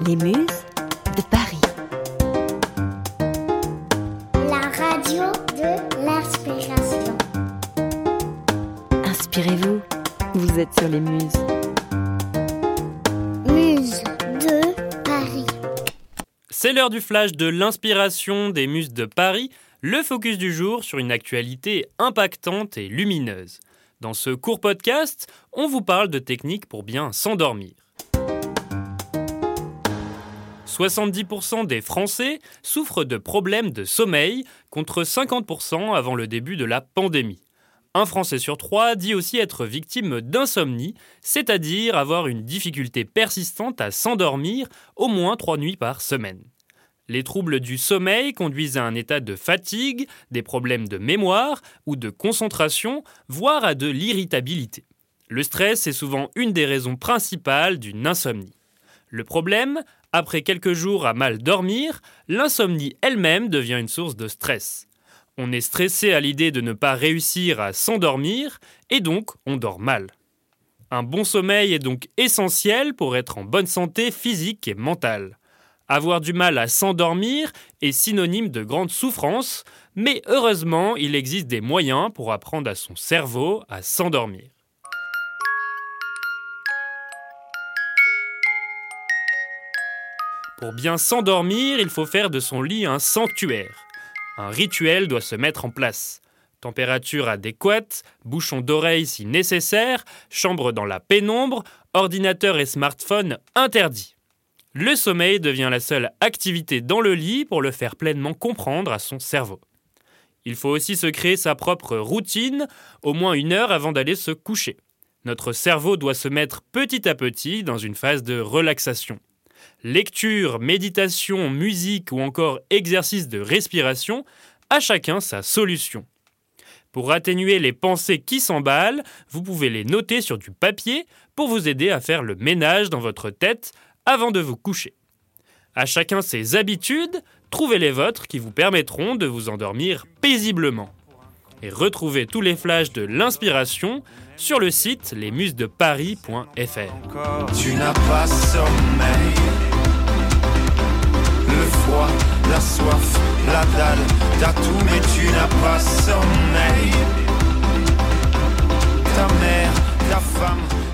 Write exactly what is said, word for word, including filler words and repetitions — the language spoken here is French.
Les Muses de Paris. La radio de l'inspiration. Inspirez-vous, vous êtes sur les Muses. Muses de Paris. C'est l'heure du flash de l'inspiration des Muses de Paris, le focus du jour sur une actualité impactante et lumineuse. Dans ce court podcast, on vous parle de techniques pour bien s'endormir. soixante-dix pour cent des Français souffrent de problèmes de sommeil, contre cinquante pour cent avant le début de la pandémie. Un Français sur trois dit aussi être victime d'insomnie, c'est-à-dire avoir une difficulté persistante à s'endormir au moins trois nuits par semaine. Les troubles du sommeil conduisent à un état de fatigue, des problèmes de mémoire ou de concentration, voire à de l'irritabilité. Le stress est souvent une des raisons principales d'une insomnie. Le problème, après quelques jours à mal dormir, l'insomnie elle-même devient une source de stress. On est stressé à l'idée de ne pas réussir à s'endormir et donc on dort mal. Un bon sommeil est donc essentiel pour être en bonne santé physique et mentale. Avoir du mal à s'endormir est synonyme de grande souffrance, mais heureusement, il existe des moyens pour apprendre à son cerveau à s'endormir. Pour bien s'endormir, il faut faire de son lit un sanctuaire. Un rituel doit se mettre en place. Température adéquate, bouchon d'oreille si nécessaire, chambre dans la pénombre, ordinateur et smartphone interdits. Le sommeil devient la seule activité dans le lit pour le faire pleinement comprendre à son cerveau. Il faut aussi se créer sa propre routine, au moins une heure avant d'aller se coucher. Notre cerveau doit se mettre petit à petit dans une phase de relaxation. Lecture, méditation, musique ou encore exercice de respiration, à chacun sa solution. Pour atténuer les pensées qui s'emballent, vous pouvez les noter sur du papier pour vous aider à faire le ménage dans votre tête avant de vous coucher. À chacun ses habitudes, trouvez les vôtres qui vous permettront de vous endormir paisiblement. Et retrouvez tous les flashs de l'inspiration sur le site les muses de paris point f r. Tu n'as pas sommeil. Le froid, la soif, la dalle, t'as tout mais tu n'as pas sommeil. Ta mère, ta femme